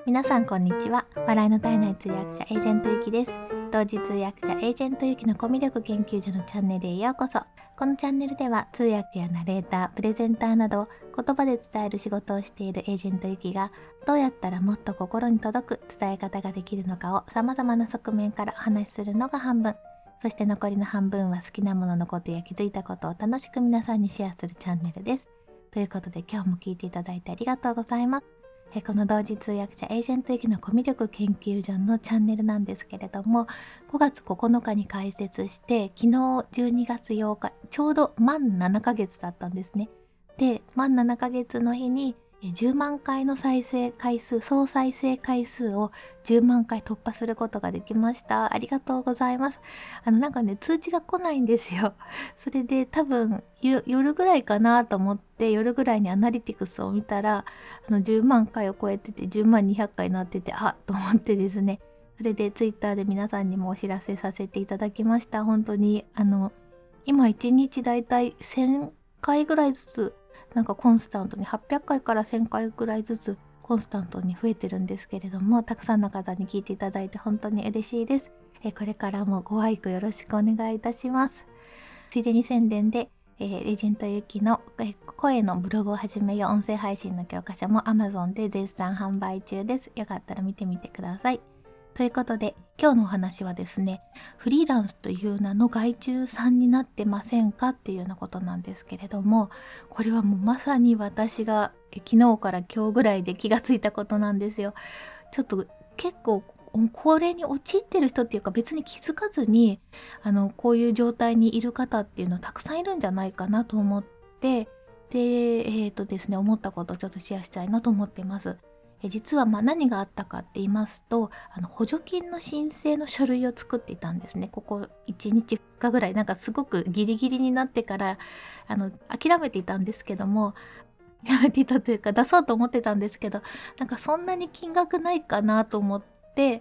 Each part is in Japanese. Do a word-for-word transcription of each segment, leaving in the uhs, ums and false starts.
皆さんこんにちは。笑いの絶えない通訳者エージェントゆきです。同時通訳者エージェントゆきのコミュ力研究所のチャンネルへようこそ。このチャンネルでは通訳やナレーター、プレゼンターなど言葉で伝える仕事をしているエージェントゆきがどうやったらもっと心に届く伝え方ができるのかを様々な側面からお話しするのが半分、そして残りの半分は好きなもののことや気づいたことを楽しく皆さんにシェアするチャンネルです。ということで今日も聞いていただいてありがとうございます。この同時通訳者エージェントゆきのコミュ力研究所のチャンネルなんですけれども、ごがつここのかに開設して昨日じゅうにがつようか、ちょうど満ななかげつだったんですね。で、満ななかげつの日にじゅうまんかいの再生回数、総再生回数をじゅうまんかい突破することができました。ありがとうございます。あのなんかね、通知が来ないんですよ。それで多分夜ぐらいかなと思って夜ぐらいにアナリティクスを見たらあのじゅうまんかいを超えててじゅうまんにひゃっかいになってて、あっと思ってですね、それでツイッターで皆さんにもお知らせさせていただきました。本当にあの今いちにちだいたいせんかいぐらいずつなんかコンスタントにはっぴゃっかいからせんかいぐらいずつコンスタントに増えてるんですけれども、たくさんの方に聞いていただいて本当に嬉しいです。えこれからもご愛顧よろしくお願いいたします。ついでに宣伝で、えー、エージェントゆきの声のブログをはじめよ音声配信の教科書も Amazon で絶賛販売中です。よかったら見てみてください。ということで今日のお話はですね、フリーランスという名の外注さんになってませんかっていうようなことなんですけれども、これはもうまさに私が昨日から今日ぐらいで気がついたことなんですよ。ちょっと結構これに陥ってる人っていうか、別に気づかずにあのこういう状態にいる方っていうのたくさんいるんじゃないかなと思って、でえーとですね思ったことをちょっとシェアしたいなと思っています。え実はまあ何があったかって言いますと、あの補助金の申請の書類を作っていたんですね。ここいちにちふつかぐらい、なんかすごくギリギリになってからあの諦めていたんですけども、諦めていたというか出そうと思ってたんですけど、なんかそんなに金額ないかなと思って、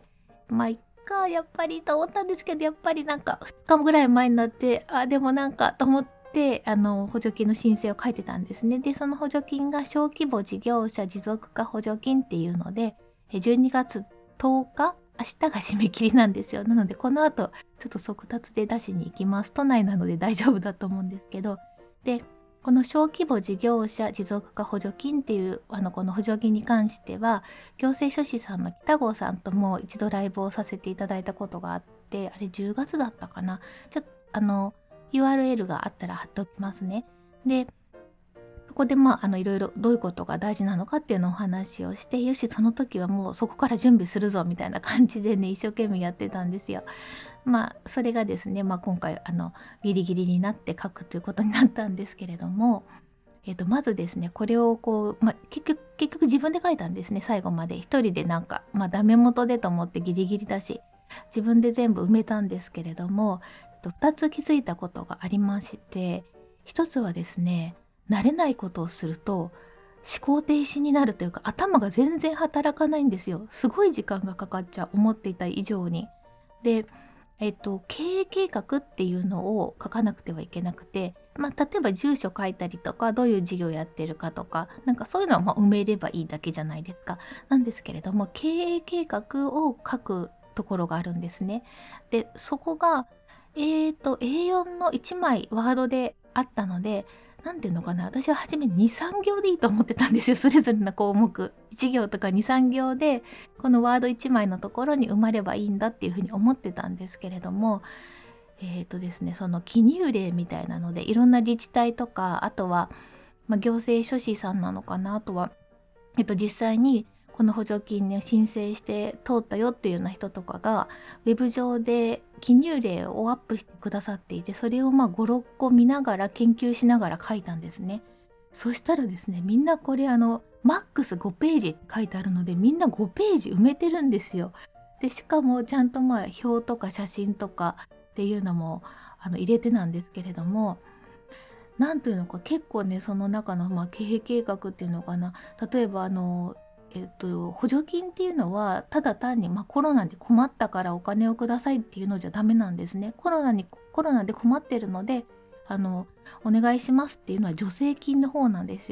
まあいっかやっぱりと思ったんですけど、やっぱりなんかふつかぐらい前になって、あでもなんかと思ってであの補助金の申請を書いてたんですね。でその補助金が小規模事業者持続化補助金っていうのでじゅうにがつとおか、明日が締め切りなんですよ。なのでこの後ちょっと速達で出しに行きます。都内なので大丈夫だと思うんですけど、でこの小規模事業者持続化補助金っていうあのこの補助金に関しては行政書士さんの北郷さんとも一度ライブをさせていただいたことがあって、あれじゅうがつだったかな。ちょっとあのユーアールエル があったら貼っておきますね。でそこでまああのいろいろどういうことが大事なのかっていうのをお話をして、よしその時はもうそこから準備するぞみたいな感じでね一生懸命やってたんですよ。まあそれがですね、まあ、今回あのギリギリになって書くということになったんですけれども、えー、とまずですねこれをこう、まあ、結局結局自分で書いたんですね。最後まで一人でなんかまあダメ元でと思ってギリギリだし自分で全部埋めたんですけれども、ふたつ気づいたことがありまして、ひとつはですね、慣れないことをすると思考停止になるというか頭が全然働かないんですよ。すごい時間がかかっちゃう、思っていた以上に。でえっと、経営計画っていうのを書かなくてはいけなくて、まあ、例えば住所書いたりとかどういう事業やってるかとかなんかそういうのはまあ埋めればいいだけじゃないですか。なんですけれども経営計画を書くところがあるんですね。でそこがえーと エーよん のいちまいワードであったので、なんていうのかな、私は初めにさんぎょうでいいと思ってたんですよ。それぞれの項目いちぎょうとかにさんぎょうでこのワードいちまいのところに埋まればいいんだっていうふうに思ってたんですけれども、えーとですねその記入例みたいなのでいろんな自治体とか、あとは、まあ、行政書士さんなのかな、あとは、えっと、実際にこの補助金に申請して通ったよっていうような人とかがウェブ上で記入例をアップしてくださっていて、それをまあごろっこ見ながら研究しながら書いたんですね。そしたらですね、みんなこれあのマックスごページって書いてあるのでみんなごページ埋めてるんですよ。でしかもちゃんとまあ表とか写真とかっていうのもあの入れてなんですけれども、なんというのか結構ねその中のまあ経営計画っていうのかな、例えばあのえっと、補助金っていうのはただ単に、まあ、コロナで困ったからお金をくださいっていうのじゃダメなんですね。コロナにコロナで困ってるのであのお願いしますっていうのは助成金の方なんですよ。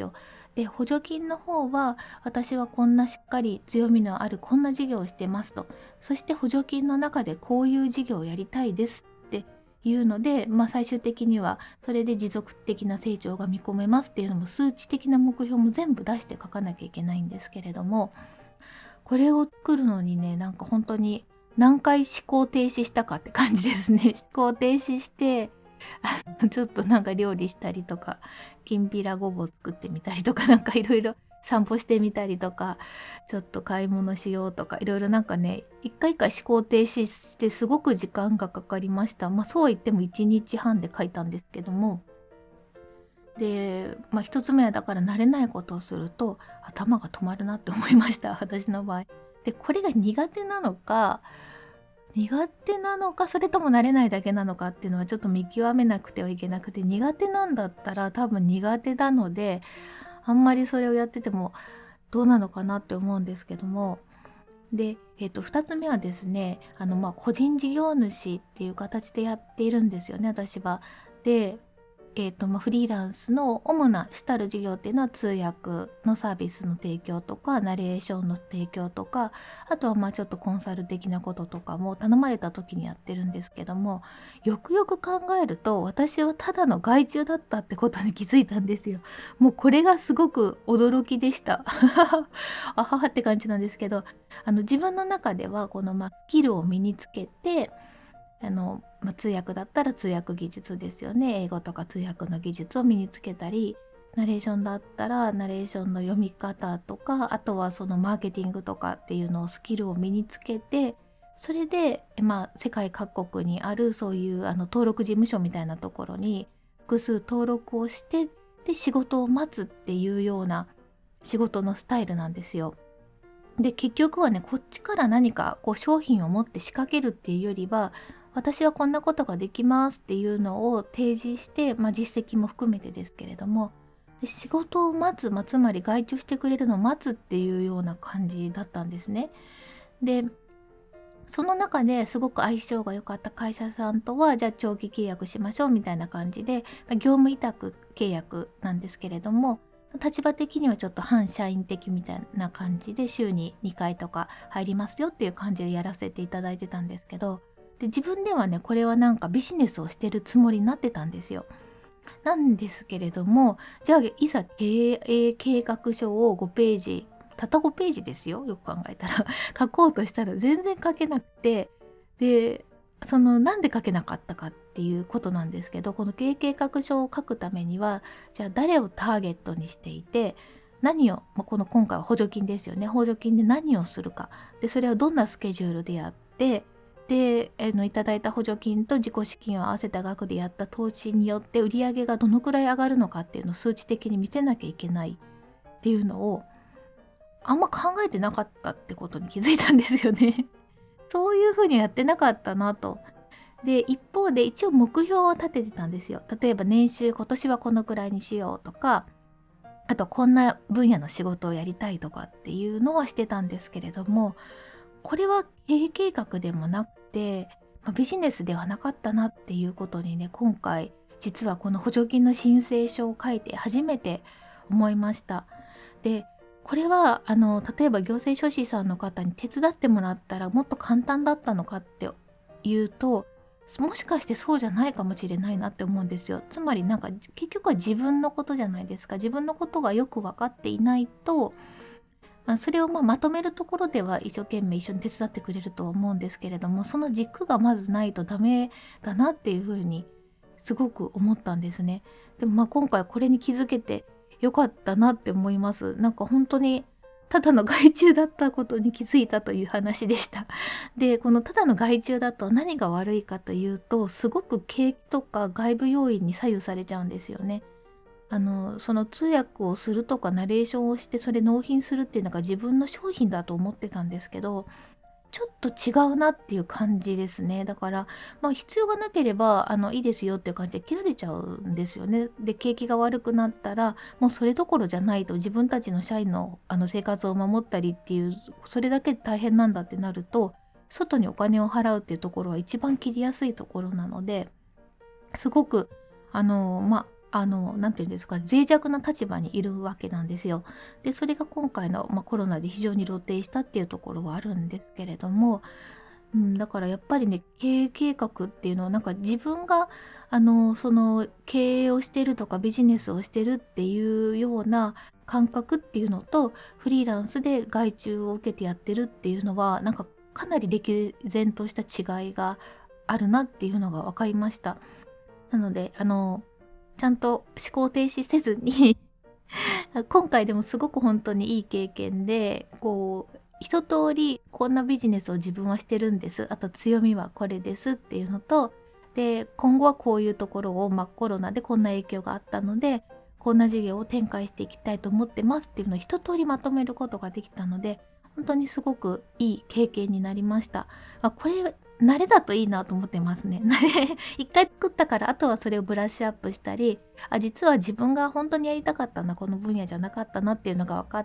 で補助金の方は私はこんなしっかり強みのあるこんな事業をしてますと、そして補助金の中でこういう事業をやりたいですっていうので、まあ、最終的にはそれで持続的な成長が見込めますっていうのも数値的な目標も全部出して書かなきゃいけないんですけれども、これを作るのにね、なんか本当に何回思考停止したかって感じですね。思考停止してあのちょっとなんか料理したりとか、きんぴらごぼう作ってみたりとか、なんかいろいろ散歩してみたりとか、ちょっと買い物しようとか、いろいろなんかね、一回一回思考停止してすごく時間がかかりました。まあそうは言ってもいちにちはんで書いたんですけども、で、まあ一つ目はだから慣れないことをすると頭が止まるなって思いました、私の場合。で、これが苦手なのか、苦手なのかそれとも慣れないだけなのかっていうのはちょっと見極めなくてはいけなくて、苦手なんだったら多分苦手なので、あんまりそれをやっててもどうなのかなって思うんですけども、で、えっと、ふたつめはですね、あのまあ個人事業主っていう形でやっているんですよね、私は。で、えーとまあ、フリーランスの主な主たる事業っていうのは通訳のサービスの提供とかナレーションの提供とか、あとはまあちょっとコンサル的なこととかも頼まれた時にやってるんですけども、よくよく考えると私はただの外注だったってことに気づいたんですよ。もうこれがすごく驚きでしたあははって感じなんですけど、あの自分の中ではこのまあスキルを身につけて、あの、まあ、通訳だったら通訳技術ですよね。英語とか通訳の技術を身につけたり、ナレーションだったらナレーションの読み方とか、あとはそのマーケティングとかっていうのをスキルを身につけて、それで、まあ、世界各国にあるそういうあの登録事務所みたいなところに複数登録をして、で仕事を待つっていうような仕事のスタイルなんですよ。で結局はね、こっちから何かこう商品を持って仕掛けるっていうよりは、私はこんなことができますっていうのを提示して、まあ、実績も含めてですけれども、で仕事を待つ、まあ、つまり外注してくれるのを待つっていうような感じだったんですね。でその中ですごく相性が良かった会社さんとは、じゃあ長期契約しましょうみたいな感じで、まあ業務委託契約なんですけれども、立場的にはちょっと反社員的みたいな感じで週ににかいとか入りますよっていう感じでやらせていただいてたんですけど、で自分ではね、これはなんかビジネスをしてるつもりになってたんですよ。なんですけれども、じゃあいざ経営計画書をごページ、たったごページですよ、よく考えたら書こうとしたら全然書けなくて、でそのなんで書けなかったかっていうことなんですけど、この経営計画書を書くためには、じゃあ誰をターゲットにしていて、何を、まあ、この今回は補助金ですよね、補助金で何をするか、でそれをどんなスケジュールでやって、であのいただいた補助金と自己資金を合わせた額でやった投資によって売上がどのくらい上がるのかっていうのを数値的に見せなきゃいけないっていうのをあんま考えてなかったってことに気づいたんですよねそういうふうにやってなかったなと。で一方で一応目標を立ててたんですよ。例えば年収今年はこのくらいにしようとか、あとこんな分野の仕事をやりたいとかっていうのはしてたんですけれども、これは経営計画でもなくて、まあ、ビジネスではなかったなっていうことにね、今回実はこの補助金の申請書を書いて初めて思いました。でこれはあの例えば行政書士さんの方に手伝ってもらったらもっと簡単だったのかっていうと、もしかしてそうじゃないかもしれないなって思うんですよ。つまりなんか結局は自分のことじゃないですか。自分のことがよく分かっていないと、まあ、それをまあまとめるところでは一生懸命一緒に手伝ってくれるとは思うんですけれども、その軸がまずないとダメだなっていうふうにすごく思ったんですね。でもまあ今回これに気づけてよかったなって思います。なんか本当にただの害虫だったことに気づいたという話でした。でこのただの害虫だと何が悪いかというと、すごく景気とか外部要因に左右されちゃうんですよね。あのその通訳をするとかナレーションをしてそれ納品するっていうのが自分の商品だと思ってたんですけど、ちょっと違うなっていう感じですね。だからまあ必要がなければあのいいですよっていう感じで切られちゃうんですよね。で景気が悪くなったらもうそれどころじゃないと、自分たちの社員のあの生活を守ったりっていう、それだけで大変なんだってなると、外にお金を払うっていうところは一番切りやすいところなので、すごくあのまああのなんていうんですか、脆弱な立場にいるわけなんですよ。でそれが今回の、まあ、コロナで非常に露呈したっていうところはあるんですけれども、うん、だからやっぱりね、経営計画っていうのはなんか自分があのその経営をしてるとかビジネスをしてるっていうような感覚っていうのと、フリーランスで外注を受けてやってるっていうのはなんかかなり歴然とした違いがあるなっていうのが分かりました。なのであのちゃんと思考停止せずに今回でもすごく本当にいい経験で、こう一通りこんなビジネスを自分はしてるんです、あと強みはこれですっていうのと、で今後はこういうところを、まあ、コロナでこんな影響があったのでこんな事業を展開していきたいと思ってますっていうのを一通りまとめることができたので、本当にすごくいい経験になりました。あ、これ慣れだといいなと思ってますね。慣れ一回作ったからあとはそれをブラッシュアップしたり、あ、実は自分が本当にやりたかったな、この分野じゃなかったなっていうのが分かって、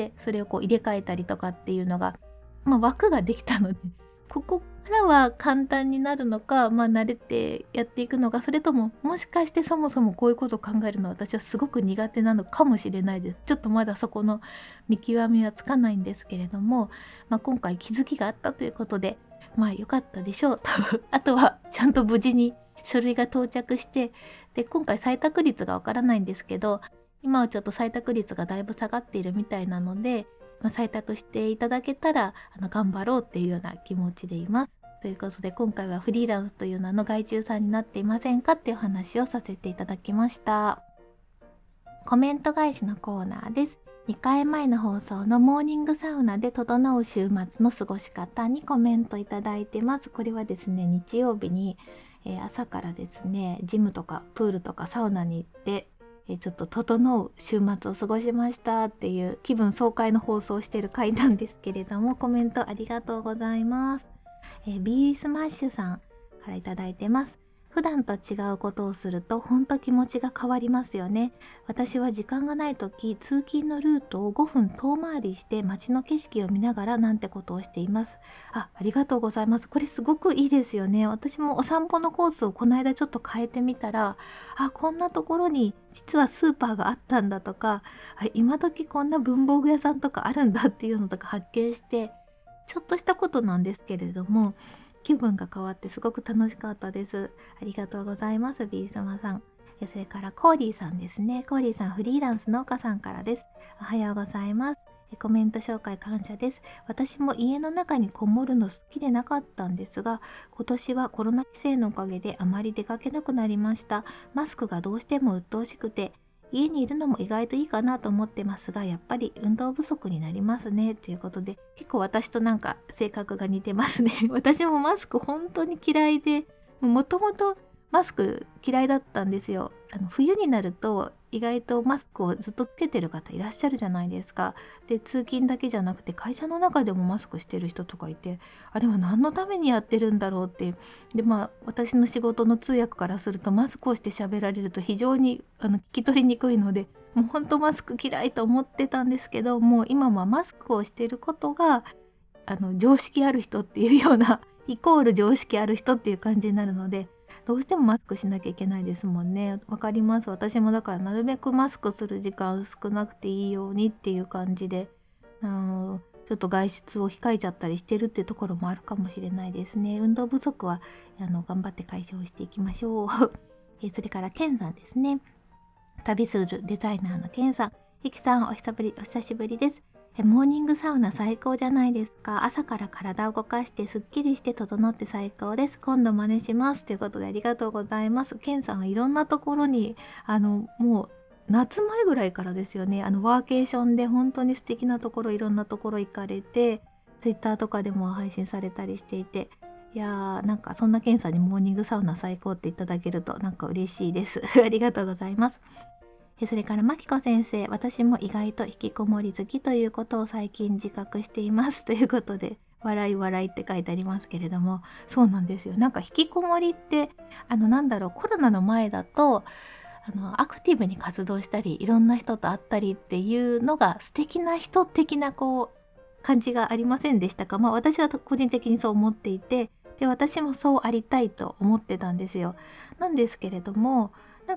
それをこう入れ替えたりとかっていうのが、まあ、枠ができたので、ここからは簡単になるのか、まあ、慣れてやっていくのか、それとももしかしてそもそもこういうことを考えるのは私はすごく苦手なのかもしれないです。ちょっとまだそこの見極めはつかないんですけれども、まあ、今回気づきがあったということで、まあ良かったでしょうとあとはちゃんと無事に書類が到着して、で今回採択率がわからないんですけど、今はちょっと採択率がだいぶ下がっているみたいなので、まあ、採択していただけたらあの頑張ろうっていうような気持ちでいます。ということで今回はフリーランスという名の外注さんになっていませんかっていう話をさせていただきました。コメント返しのコーナーです。にかいまえの放送のモーニングサウナで整う週末の過ごし方にコメントいただいてます。これはですね、日曜日に、えー、朝からですね、ジムとかプールとかサウナに行って、えー、ちょっと整う週末を過ごしましたっていう気分爽快の放送をしている回なんですけれども、コメントありがとうございます。えー、ビースマッシュさんからいただいてます。普段と違うことをすると本当気持ちが変わりますよね。私は時間がない時、通勤のルートをごふん遠回りして街の景色を見ながらなんてことをしています。あ、ありがとうございます。これすごくいいですよね。私もお散歩のコースをこの間ちょっと変えてみたら、あ、こんなところに実はスーパーがあったんだとか、あ、今時こんな文房具屋さんとかあるんだっていうのとか発見して、ちょっとしたことなんですけれども、気分が変わってすごく楽しかったです。ありがとうございます、ビースマさん。それからコーリーさんですね。コーリーさん、フリーランス農家さんからです。おはようございます。コメント紹介感謝です。私も家の中にこもるの好きでなかったんですが、今年はコロナ規制のおかげであまり出かけなくなりました。マスクがどうしても鬱陶しくて、家にいるのも意外といいかなと思ってますが、やっぱり運動不足になりますねということで、結構私となんか性格が似てますね。私もマスク本当に嫌いで、もともとマスク嫌いだったんですよ。あの冬になると意外とマスクをずっとつけてる方いらっしゃるじゃないですか。で、通勤だけじゃなくて会社の中でもマスクしてる人とかいて、あれは何のためにやってるんだろうって。で、まあ私の仕事の通訳からするとマスクをして喋られると非常にあの聞き取りにくいので、もう本当マスク嫌いと思ってたんですけど、もう今はマスクをしてることがあの常識ある人っていうようなイコール常識ある人っていう感じになるので、どうしてもマスクしなきゃいけないですもんね。わかります。私もだからなるべくマスクする時間少なくていいようにっていう感じで、あのちょっと外出を控えちゃったりしてるっていうところもあるかもしれないですね。運動不足はあの頑張って解消していきましょう。えそれからケンさんですね。旅するデザイナーのケンさん、ゆきさんお久ぶりお久しぶりです。モーニングサウナ最高じゃないですか。朝から体を動かしてすっきりして整って最高です。今度真似しますということでありがとうございます。ケンさんはいろんなところにあのもう夏前ぐらいからですよね、あのワーケーションで本当に素敵なところいろんなところ行かれて、ツイッターとかでも配信されたりしていて、いやーなんかそんなケンさんにモーニングサウナ最高っていただけるとなんか嬉しいですありがとうございます。それからまきこ先生、私も意外と引きこもり好きということを最近自覚していますということで、笑い笑いって書いてありますけれども、そうなんですよ。なんか引きこもりってあのなんだろう、コロナの前だとあのアクティブに活動したりいろんな人と会ったりっていうのが素敵な人的なこう感じがありませんでしたか。まあ私は個人的にそう思っていて、で私もそうありたいと思ってたんですよ。なんですけれども、なんか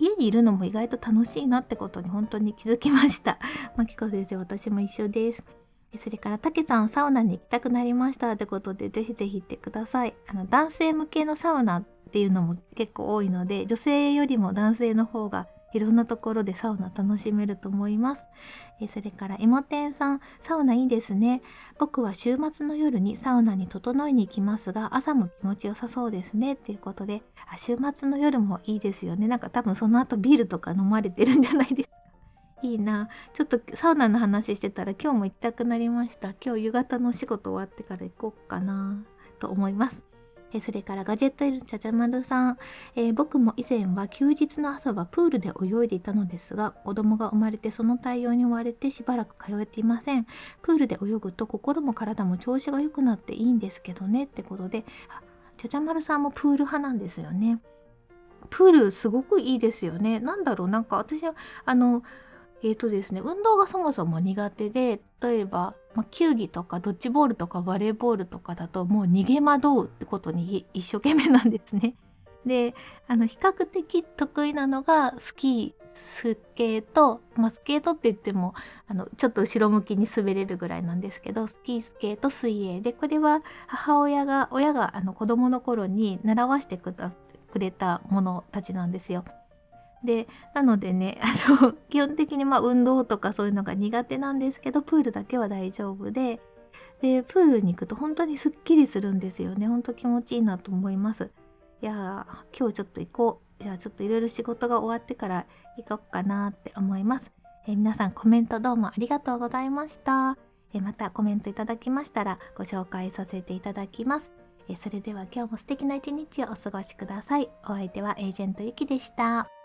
家にいるのも意外と楽しいなってことに本当に気づきました。まきこ先生、私も一緒です。それからたけさん、サウナに行きたくなりましたってことで、ぜひぜひ行ってください。あの男性向けのサウナっていうのも結構多いので、女性よりも男性の方がいろんなところでサウナ楽しめると思います。えそれからいもてんさん、サウナいいですね。僕は週末の夜にサウナに整いに行きますが、朝も気持ちよさそうですねっていうことで、あ、週末の夜もいいですよね。なんか多分その後ビールとか飲まれてるんじゃないですか。いいな。ちょっとサウナの話してたら今日も行きたくなりました。今日夕方のお仕事終わってから行こうかなと思います。えそれからガジェットいるちゃちゃまるさん、えー、僕も以前は休日の朝はプールで泳いでいたのですが、子供が生まれてその対応に追われてしばらく通えていません。プールで泳ぐと心も体も調子が良くなっていいんですけどねってことで、あ、ちゃちゃまるさんもプール派なんですよね。プールすごくいいですよね。なんだろう、なんか私はあのえーとですね、運動がそもそも苦手で、例えば、まあ、球技とかドッジボールとかバレーボールとかだともう逃げ惑うってことに一生懸命なんですね。で、あの比較的得意なのがスキー、スケート、まあ、スケートって言ってもあのちょっと後ろ向きに滑れるぐらいなんですけど、スキー、スケート、水泳で、これは母親が親があの子供の頃に習わしてくだくれたものたちなんですよ。でなのでね、あの基本的にまあ運動とかそういうのが苦手なんですけど、プールだけは大丈夫で、でプールに行くと本当にすっきりするんですよね。本当気持ちいいなと思います。いやー、今日ちょっと行こう。じゃあちょっといろいろ仕事が終わってから行こうかなって思います。えー皆さんコメントどうもありがとうございました。えーまたコメントいただきましたらご紹介させていただきます。えーそれでは今日も素敵な一日をお過ごしください。お相手はエージェントゆきでした。